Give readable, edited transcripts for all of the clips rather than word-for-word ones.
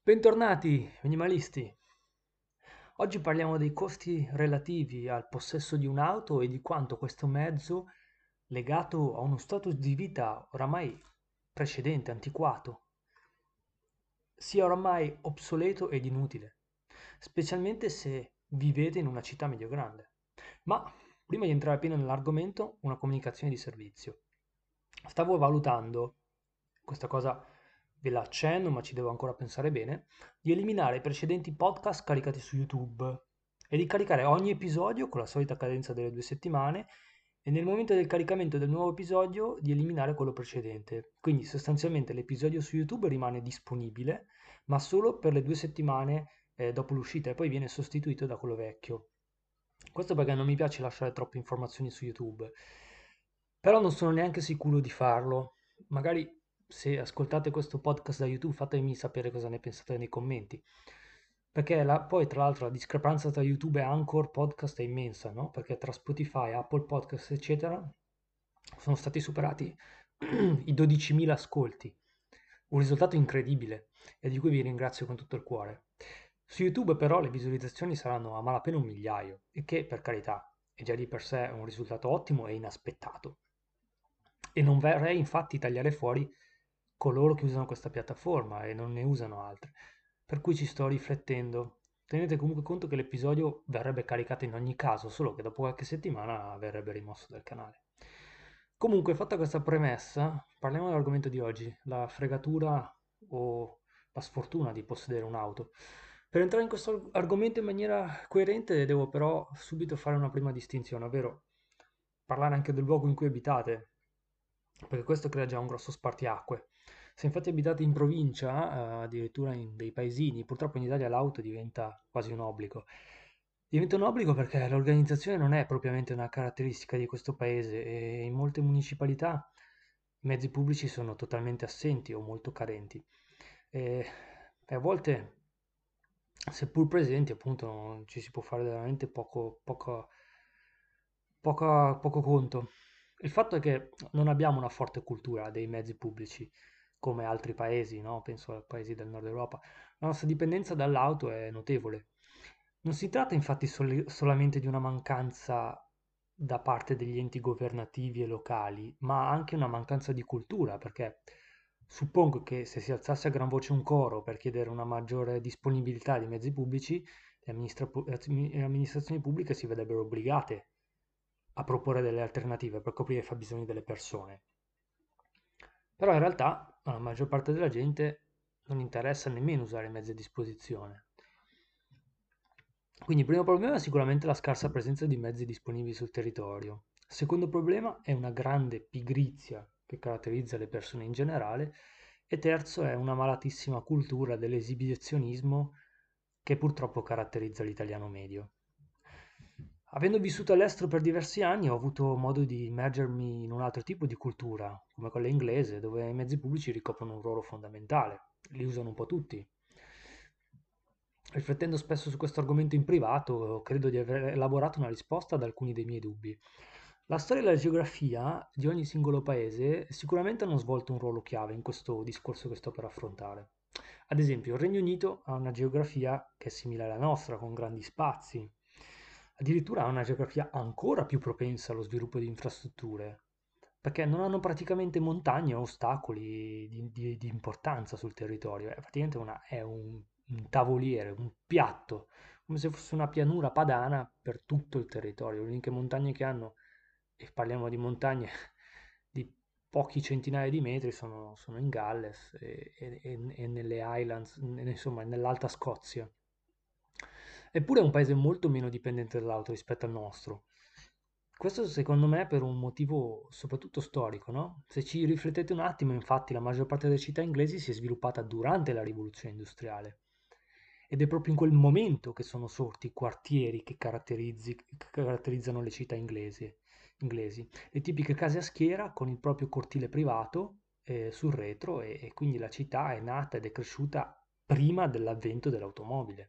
Bentornati, minimalisti! Oggi parliamo dei costi relativi al possesso di un'auto e di quanto questo mezzo, legato a uno status di vita oramai precedente, antiquato, sia oramai obsoleto ed inutile, specialmente se vivete in una città medio-grande. Ma prima di entrare pieno nell'argomento, una comunicazione di servizio. Stavo valutando, questa cosa ve la accenno, ma ci devo ancora pensare bene, di eliminare i precedenti podcast caricati su YouTube e di caricare ogni episodio con la solita cadenza delle 2 settimane e nel momento del caricamento del nuovo episodio di eliminare quello precedente. Quindi sostanzialmente l'episodio su YouTube rimane disponibile, ma solo per le 2 settimane dopo l'uscita e poi viene sostituito da quello vecchio. Questo perché non mi piace lasciare troppe informazioni su YouTube, però non sono neanche sicuro di farlo. Magari se ascoltate questo podcast da YouTube fatemi sapere cosa ne pensate nei commenti. Perché poi tra l'altro la discrepanza tra YouTube e Anchor Podcast è immensa, no? Perché tra Spotify, Apple Podcast, eccetera, sono stati superati i 12.000 ascolti. Un risultato incredibile e di cui vi ringrazio con tutto il cuore. Su YouTube però le visualizzazioni saranno a malapena un migliaio, il che per carità è già di per sé un risultato ottimo e inaspettato. E non vorrei infatti tagliare fuori coloro che usano questa piattaforma e non ne usano altre, per cui ci sto riflettendo. Tenete comunque conto che l'episodio verrebbe caricato in ogni caso, solo che dopo qualche settimana verrebbe rimosso dal canale. Comunque, fatta questa premessa, parliamo dell'argomento di oggi, la fregatura o la sfortuna di possedere un'auto. Per entrare in questo argomento in maniera coerente devo però subito fare una prima distinzione, ovvero parlare anche del luogo in cui abitate, perché questo crea già un grosso spartiacque. Se infatti abitate in provincia, addirittura in dei paesini, purtroppo in Italia l'auto diventa quasi un obbligo. Diventa un obbligo perché l'organizzazione non è propriamente una caratteristica di questo paese e in molte municipalità i mezzi pubblici sono totalmente assenti o molto carenti. E, e a volte, seppur presenti, appunto, non ci si può fare veramente poco conto. Il fatto è che non abbiamo una forte cultura dei mezzi pubblici come altri paesi, no? Penso ai paesi del nord Europa. La nostra dipendenza dall'auto è notevole. Non si tratta infatti solamente di una mancanza da parte degli enti governativi e locali, ma anche una mancanza di cultura, perché suppongo che se si alzasse a gran voce un coro per chiedere una maggiore disponibilità di mezzi pubblici, le amministrazioni pubbliche si vedrebbero obbligate a proporre delle alternative per coprire i fabbisogni delle persone. Però in realtà alla maggior parte della gente non interessa nemmeno usare i mezzi a disposizione. Quindi il primo problema è sicuramente la scarsa presenza di mezzi disponibili sul territorio. Il secondo problema è una grande pigrizia che caratterizza le persone in generale. E terzo è una malatissima cultura dell'esibizionismo che purtroppo caratterizza l'italiano medio. Avendo vissuto all'estero per diversi anni, ho avuto modo di immergermi in un altro tipo di cultura, come quella inglese, dove i mezzi pubblici ricoprono un ruolo fondamentale. Li usano un po' tutti. Riflettendo spesso su questo argomento in privato, credo di aver elaborato una risposta ad alcuni dei miei dubbi. La storia e la geografia di ogni singolo paese sicuramente hanno svolto un ruolo chiave in questo discorso che sto per affrontare. Ad esempio, il Regno Unito ha una geografia che è simile alla nostra, con grandi spazi. Addirittura ha una geografia ancora più propensa allo sviluppo di infrastrutture, perché non hanno praticamente montagne o ostacoli di importanza sul territorio. È praticamente è un tavoliere, un piatto, come se fosse una pianura padana per tutto il territorio. Le uniche montagne che hanno, e parliamo di montagne di pochi centinaia di metri, sono in Galles e nelle Highlands, insomma, nell'Alta Scozia. Eppure è un paese molto meno dipendente dall'auto rispetto al nostro. Questo secondo me per un motivo soprattutto storico, no? Se ci riflettete un attimo, infatti, la maggior parte delle città inglesi si è sviluppata durante la rivoluzione industriale. Ed è proprio in quel momento che sono sorti i quartieri che caratterizzano le città inglesi. Le tipiche case a schiera con il proprio cortile privato sul retro e quindi la città è nata ed è cresciuta prima dell'avvento dell'automobile.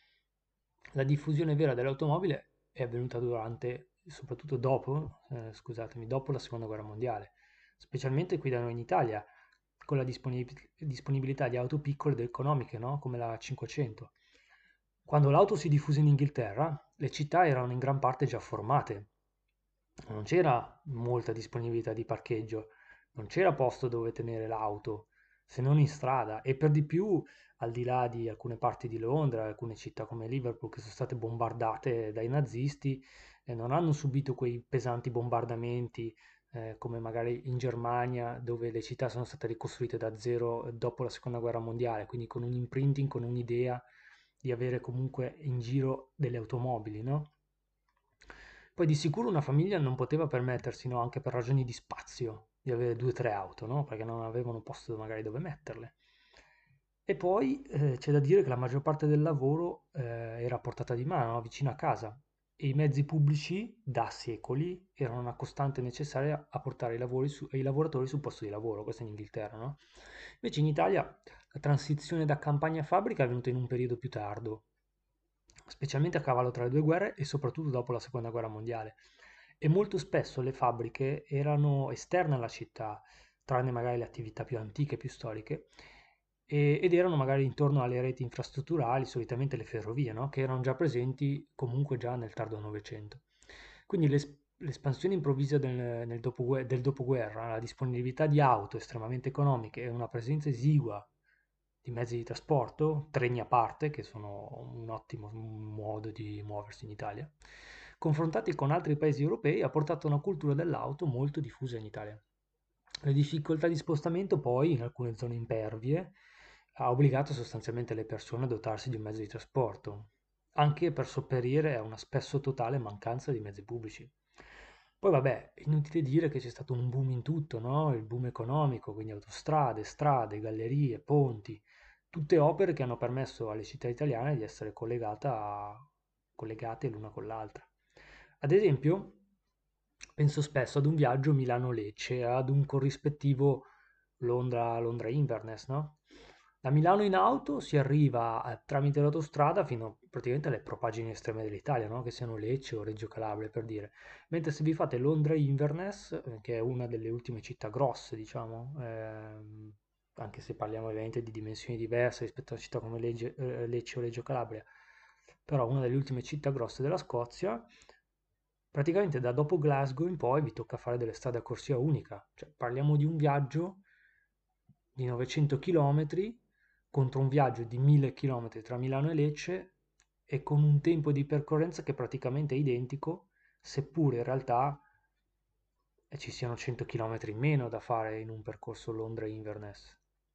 La diffusione vera dell'automobile è avvenuta soprattutto dopo, scusatemi, dopo la seconda guerra mondiale, specialmente qui da noi in Italia, con la disponibilità di auto piccole ed economiche, no? Come la 500. Quando l'auto si diffuse in Inghilterra, le città erano in gran parte già formate, non c'era molta disponibilità di parcheggio, non c'era posto dove tenere l'auto, se non in strada, e per di più, al di là di alcune parti di Londra, alcune città come Liverpool che sono state bombardate dai nazisti, non hanno subito quei pesanti bombardamenti come magari in Germania, dove le città sono state ricostruite da zero dopo la seconda guerra mondiale, quindi con un imprinting, con un'idea di avere comunque in giro delle automobili, no? Poi di sicuro una famiglia non poteva permettersi, no, anche per ragioni di spazio, di avere due o tre auto, no? Perché non avevano posto magari dove metterle. E poi c'è da dire che la maggior parte del lavoro era a portata di mano, no? Vicino a casa. E i mezzi pubblici, da secoli, erano una costante necessaria a portare i lavoratori sul posto di lavoro, questo in Inghilterra, no? Invece in Italia la transizione da campagna a fabbrica è avvenuta in un periodo più tardo, specialmente a cavallo tra le due guerre e soprattutto dopo la seconda guerra mondiale. E molto spesso le fabbriche erano esterne alla città, tranne magari le attività più antiche, più storiche, ed erano magari intorno alle reti infrastrutturali, solitamente le ferrovie, no? Che erano già presenti comunque già nel tardo Novecento. Quindi l'espansione improvvisa del dopoguerra, la disponibilità di auto estremamente economiche e una presenza esigua di mezzi di trasporto, treni a parte, che sono un ottimo modo di muoversi in Italia, confrontati con altri paesi europei, ha portato a una cultura dell'auto molto diffusa in Italia. Le difficoltà di spostamento poi, in alcune zone impervie, ha obbligato sostanzialmente le persone a dotarsi di un mezzo di trasporto, anche per sopperire a una spesso totale mancanza di mezzi pubblici. Poi vabbè, inutile dire che c'è stato un boom in tutto, no? Il boom economico, quindi autostrade, strade, gallerie, ponti, tutte opere che hanno permesso alle città italiane di essere collegate l'una con l'altra. Ad esempio, penso spesso ad un viaggio Milano-Lecce, ad un corrispettivo Londra-Inverness, no? Da Milano in auto si arriva tramite l'autostrada fino praticamente alle propagine estreme dell'Italia, no? Che siano Lecce o Reggio Calabria, per dire. Mentre se vi fate Londra-Inverness, che è una delle ultime città grosse, diciamo, anche se parliamo ovviamente di dimensioni diverse rispetto a città come Lecce o Reggio Calabria, però una delle ultime città grosse della Scozia, praticamente da dopo Glasgow in poi vi tocca fare delle strade a corsia unica, cioè parliamo di un viaggio di 900 km contro un viaggio di 1000 km tra Milano e Lecce e con un tempo di percorrenza che praticamente è identico, seppure in realtà ci siano 100 km in meno da fare in un percorso Londra-Inverness.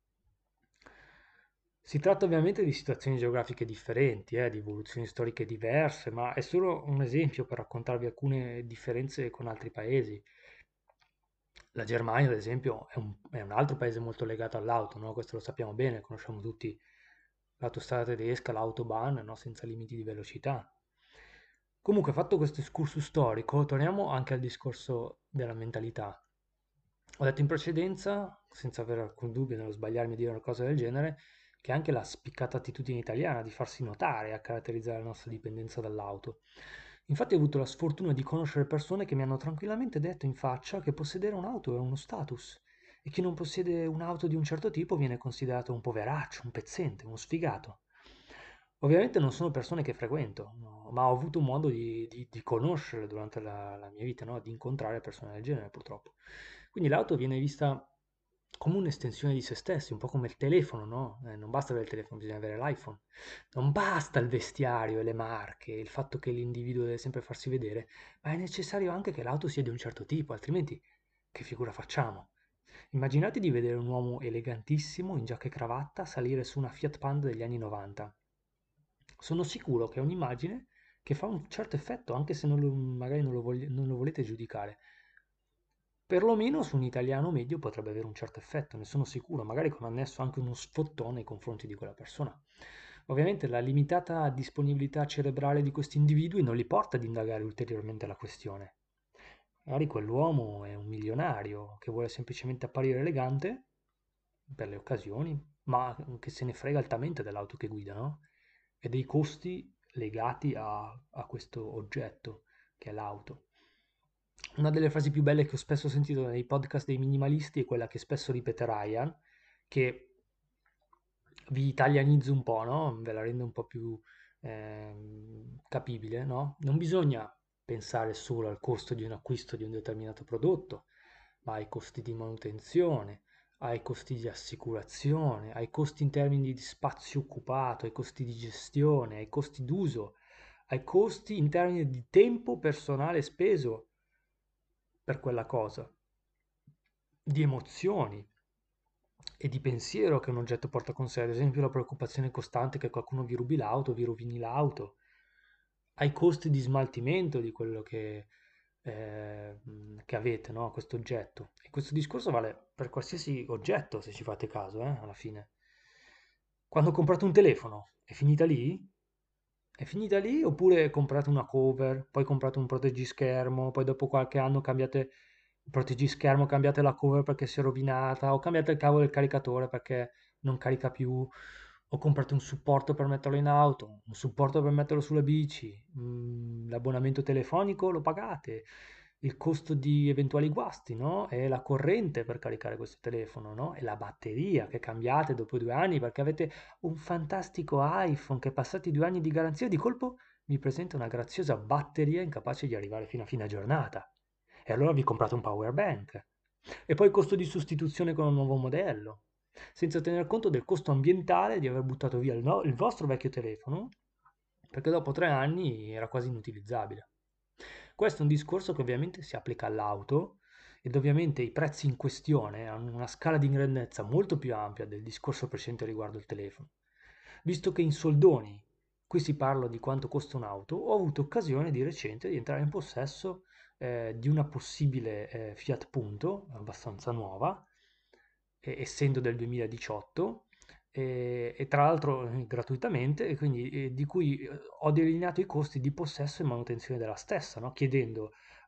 Si tratta ovviamente di situazioni geografiche differenti, di evoluzioni storiche diverse, ma è solo un esempio per raccontarvi alcune differenze con altri paesi. La Germania, ad esempio, è un altro paese molto legato all'auto, no? Questo lo sappiamo bene, conosciamo tutti l'autostrada tedesca, l'autobahn, no? Senza limiti di velocità. Comunque, fatto questo excursus storico, torniamo anche al discorso della mentalità. Ho detto in precedenza, senza avere alcun dubbio nello sbagliarmi a dire una cosa del genere, che anche la spiccata attitudine italiana di farsi notare a caratterizzare la nostra dipendenza dall'auto. Infatti ho avuto la sfortuna di conoscere persone che mi hanno tranquillamente detto in faccia che possedere un'auto è uno status e chi non possiede un'auto di un certo tipo viene considerato un poveraccio, un pezzente, uno sfigato. Ovviamente non sono persone che frequento, no, ma ho avuto modo di conoscerle durante la mia vita, no? Di incontrare persone del genere, purtroppo. Quindi l'auto viene vista come un'estensione di se stessi, un po' come il telefono, no? Non basta avere il telefono, bisogna avere l'iPhone. Non basta il vestiario e le marche, il fatto che l'individuo deve sempre farsi vedere, ma è necessario anche che l'auto sia di un certo tipo, altrimenti che figura facciamo? Immaginate di vedere un uomo elegantissimo in giacca e cravatta salire su una Fiat Panda degli anni 90. Sono sicuro che è un'immagine che fa un certo effetto, anche se magari non lo volete giudicare. Perlomeno su un italiano medio potrebbe avere un certo effetto, ne sono sicuro, magari con annesso anche uno sfottone nei confronti di quella persona. Ovviamente la limitata disponibilità cerebrale di questi individui non li porta ad indagare ulteriormente la questione. Magari quell'uomo è un milionario che vuole semplicemente apparire elegante per le occasioni, ma che se ne frega altamente dell'auto che guida, no? E dei costi legati a questo oggetto che è l'auto. Una delle frasi più belle che ho spesso sentito nei podcast dei minimalisti è quella che spesso ripete Ryan, che vi italianizzo un po', no? Ve la rendo un po' più capibile, no? Non bisogna pensare solo al costo di un acquisto di un determinato prodotto, ma ai costi di manutenzione, ai costi di assicurazione, ai costi in termini di spazio occupato, ai costi di gestione, ai costi d'uso, ai costi in termini di tempo personale speso per quella cosa, di emozioni e di pensiero che un oggetto porta con sé, ad esempio la preoccupazione costante che qualcuno vi rubi l'auto, vi rovini l'auto, ai costi di smaltimento di quello che avete, no? Questo oggetto. E questo discorso vale per qualsiasi oggetto, se ci fate caso, alla fine. Quando comprate un telefono, è finita lì? È finita lì oppure comprate una cover, poi comprate un proteggischermo, poi dopo qualche anno cambiate il proteggischermo, cambiate la cover perché si è rovinata, o cambiate il cavo del caricatore perché non carica più, o comprate un supporto per metterlo in auto, un supporto per metterlo sulla bici, l'abbonamento telefonico lo pagate, il costo di eventuali guasti, no? E la corrente per caricare questo telefono, no? E la batteria che cambiate dopo 2 anni perché avete un fantastico iPhone che passati 2 anni di garanzia di colpo vi presenta una graziosa batteria incapace di arrivare fino a fine giornata. E allora vi comprate un power bank. E poi il costo di sostituzione con un nuovo modello, senza tener conto del costo ambientale di aver buttato via il vostro vecchio telefono, perché dopo 3 anni era quasi inutilizzabile. Questo è un discorso che ovviamente si applica all'auto ed ovviamente i prezzi in questione hanno una scala di grandezza molto più ampia del discorso precedente riguardo il telefono. Visto che in soldoni qui si parla di quanto costa un'auto, ho avuto occasione di recente di entrare in possesso di una possibile Fiat Punto, abbastanza nuova, essendo del 2018, e tra l'altro gratuitamente, e quindi di cui ho delineato i costi di possesso e manutenzione della stessa, no? Chiedendo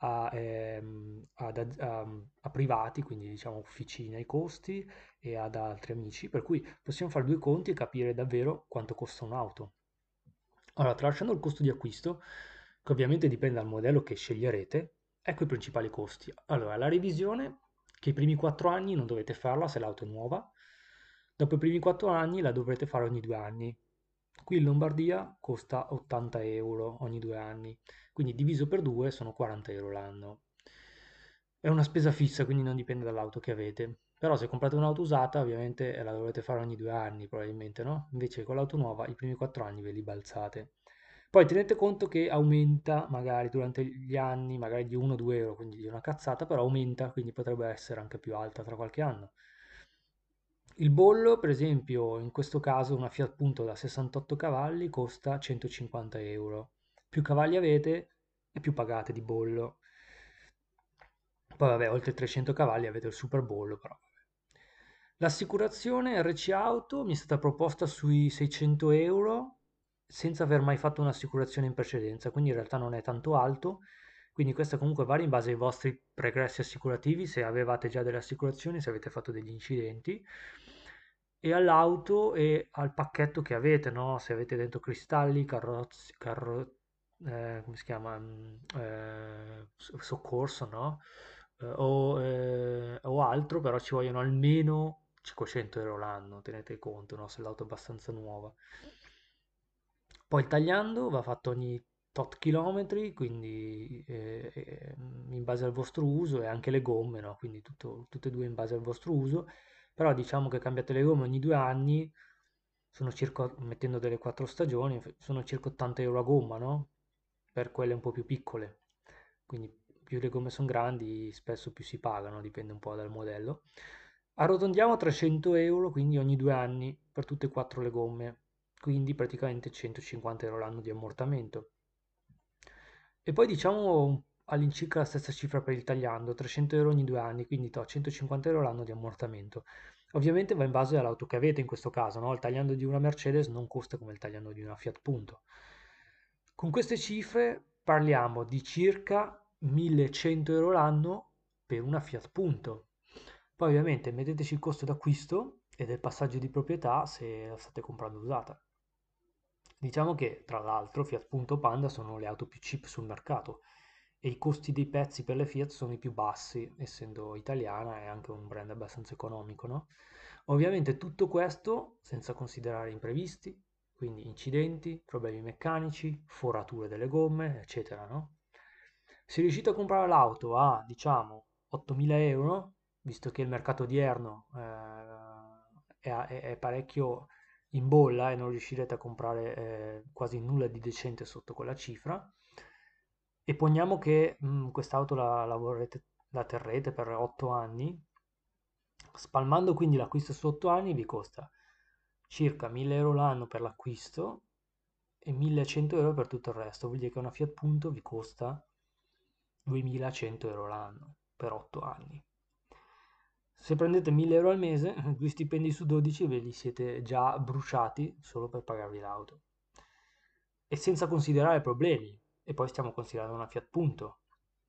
a privati, quindi diciamo officine, i costi e ad altri amici, per cui possiamo fare due conti e capire davvero quanto costa un'auto. Allora, tralasciando il costo di acquisto, che ovviamente dipende dal modello che sceglierete, ecco i principali costi. Allora, la revisione, che i primi 4 anni non dovete farla se l'auto è nuova, dopo i primi 4 anni la dovrete fare ogni 2 anni. Qui in Lombardia costa 80 euro ogni 2 anni, quindi diviso per 2 sono 40 euro l'anno. È una spesa fissa, quindi non dipende dall'auto che avete. Però se comprate un'auto usata, ovviamente la dovrete fare ogni 2 anni, probabilmente, no? Invece con l'auto nuova, i primi 4 anni ve li balzate. Poi tenete conto che aumenta magari durante gli anni, magari di 1-2 euro, quindi di una cazzata, però aumenta, quindi potrebbe essere anche più alta tra qualche anno. Il bollo, per esempio, in questo caso una Fiat Punto da 68 cavalli costa 150 euro. Più cavalli avete e più pagate di bollo. Poi vabbè, oltre i 300 cavalli avete il super bollo, però vabbè. L'assicurazione RC Auto mi è stata proposta sui 600 euro senza aver mai fatto un'assicurazione in precedenza, quindi in realtà non è tanto alto. Quindi questo comunque varia in base ai vostri pregressi assicurativi, se avevate già delle assicurazioni, se avete fatto degli incidenti, e all'auto e al pacchetto che avete, no? Se avete dentro cristalli, come si chiama? Soccorso, no? O altro, però ci vogliono almeno 500 euro l'anno, tenete conto, no? Se l'auto è abbastanza nuova. Poi il tagliando va fatto ogni tot chilometri, quindi in base al vostro uso e anche le gomme, no? Quindi tutte e due in base al vostro uso. Però diciamo che cambiate le gomme ogni 2 anni, sono circa, mettendo delle 4 stagioni, sono circa 80 euro a gomma, no? Per quelle un po' più piccole. Quindi più le gomme sono grandi, spesso più si pagano, dipende un po' dal modello. Arrotondiamo a 300 euro, quindi ogni 2 anni per tutte e quattro le gomme, quindi praticamente 150 euro l'anno di ammortamento. E poi diciamo all'incirca la stessa cifra per il tagliando, 300 euro ogni 2 anni, quindi 150 euro l'anno di ammortamento. Ovviamente va in base all'auto che avete in questo caso, no? Il tagliando di una Mercedes non costa come il tagliando di una Fiat Punto. Con queste cifre parliamo di circa 1100 euro l'anno per una Fiat Punto. Poi ovviamente metteteci il costo d'acquisto e del passaggio di proprietà se la state comprando usata. Diciamo che tra l'altro Fiat Punto Panda sono le auto più cheap sul mercato e i costi dei pezzi per le Fiat sono i più bassi, essendo italiana e anche un brand abbastanza economico, no? Ovviamente tutto questo senza considerare imprevisti, quindi incidenti, problemi meccanici, forature delle gomme, eccetera, no? Se riuscite a comprare l'auto a, diciamo, 8.000 euro, visto che il mercato odierno è parecchio in bolla e non riuscirete a comprare quasi nulla di decente sotto quella cifra, e poniamo che quest'auto la terrete per 8 anni, spalmando quindi l'acquisto su 8 anni vi costa circa 1000 euro l'anno per l'acquisto e 1100 euro per tutto il resto. Vuol dire che una Fiat Punto vi costa 2100 euro l'anno per 8 anni. Se prendete 1000 euro al mese, due stipendi su 12 ve li siete già bruciati solo per pagarvi l'auto. E senza considerare problemi. E poi stiamo considerando una Fiat Punto.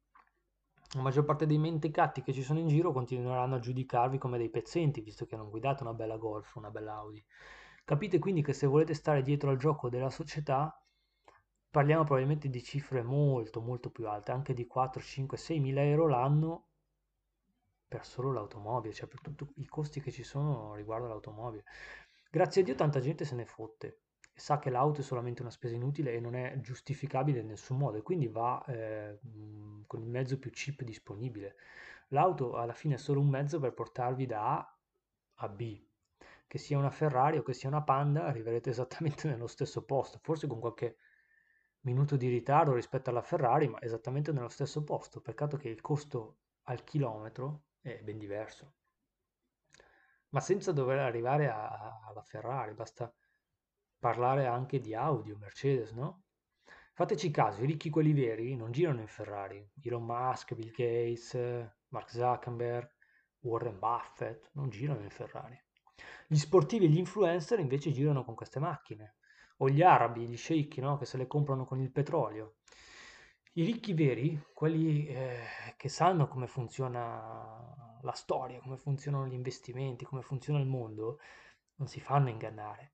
La maggior parte dei mentecatti che ci sono in giro continueranno a giudicarvi come dei pezzenti, visto che non guidate una bella Golf, una bella Audi. Capite quindi che se volete stare dietro al gioco della società, parliamo probabilmente di cifre molto molto più alte, anche di 4, 5, 6 mila euro l'anno per solo l'automobile, cioè per tutti i costi che ci sono riguardo all'automobile. Grazie a Dio tanta gente se ne fotte e sa che l'auto è solamente una spesa inutile e non è giustificabile in nessun modo e quindi va con il mezzo più cheap disponibile. L'auto alla fine è solo un mezzo per portarvi da A a B. Che sia una Ferrari o che sia una Panda, arriverete esattamente nello stesso posto, forse con qualche minuto di ritardo rispetto alla Ferrari, ma esattamente nello stesso posto. Peccato che il costo al chilometro è ben diverso. Ma senza dover arrivare alla Ferrari, basta parlare anche di Audi o Mercedes, no? Fateci caso, i ricchi quelli veri non girano in Ferrari. Elon Musk, Bill Gates, Mark Zuckerberg, Warren Buffett non girano in Ferrari. Gli sportivi e gli influencer invece girano con queste macchine. O gli arabi, gli sceicchi, no? Che se le comprano con il petrolio. I ricchi veri, quelli che sanno come funziona la storia, come funzionano gli investimenti, come funziona il mondo, non si fanno ingannare,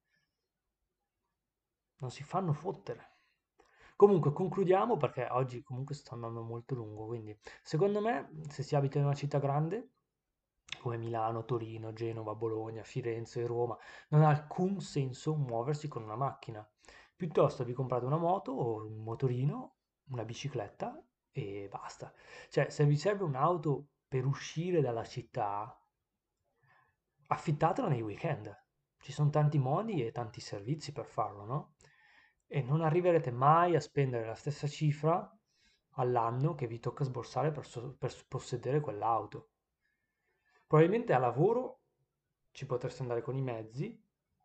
non si fanno fottere. Comunque concludiamo perché oggi comunque sta andando molto lungo, quindi secondo me se si abita in una città grande come Milano, Torino, Genova, Bologna, Firenze, Roma, non ha alcun senso muoversi con una macchina. Piuttosto vi comprate una moto o un motorino, una bicicletta e basta. Cioè, se vi serve un'auto per uscire dalla città, affittatela nei weekend. Ci sono tanti modi e tanti servizi per farlo, no? E non arriverete mai a spendere la stessa cifra all'anno che vi tocca sborsare per possedere quell'auto. Probabilmente a lavoro ci potreste andare con i mezzi,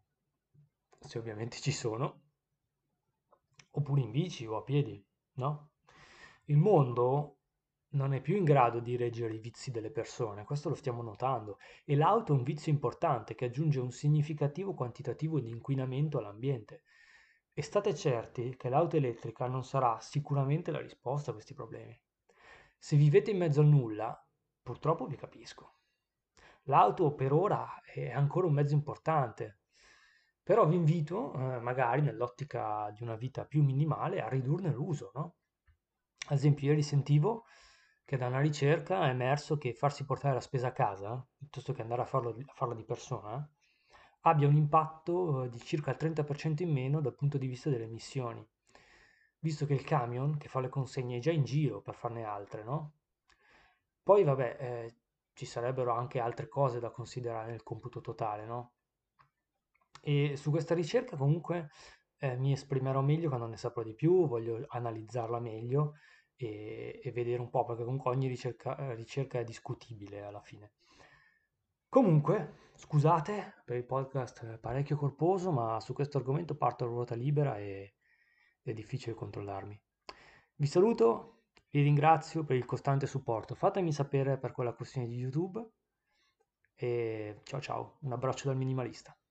se ovviamente ci sono, oppure in bici o a piedi, no? Il mondo non è più in grado di reggere i vizi delle persone, questo lo stiamo notando, e l'auto è un vizio importante che aggiunge un significativo quantitativo di inquinamento all'ambiente. E state certi che l'auto elettrica non sarà sicuramente la risposta a questi problemi. Se vivete in mezzo al nulla, purtroppo vi capisco. L'auto per ora è ancora un mezzo importante, però vi invito, magari nell'ottica di una vita più minimale, a ridurne l'uso, no? Ad esempio, ieri sentivo che da una ricerca è emerso che farsi portare la spesa a casa, piuttosto che andare a farla di persona, abbia un impatto di circa il 30% in meno dal punto di vista delle emissioni, visto che il camion che fa le consegne è già in giro per farne altre, no? Poi, vabbè, ci sarebbero anche altre cose da considerare nel computo totale, no? E su questa ricerca comunque mi esprimerò meglio quando ne saprò di più, voglio analizzarla meglio e vedere un po', perché comunque ogni ricerca è discutibile alla fine. Comunque, scusate per il podcast parecchio corposo, ma su questo argomento parto a ruota libera e è difficile controllarmi. Vi saluto, vi ringrazio per il costante supporto. Fatemi sapere per quella questione di YouTube e ciao ciao, un abbraccio dal minimalista.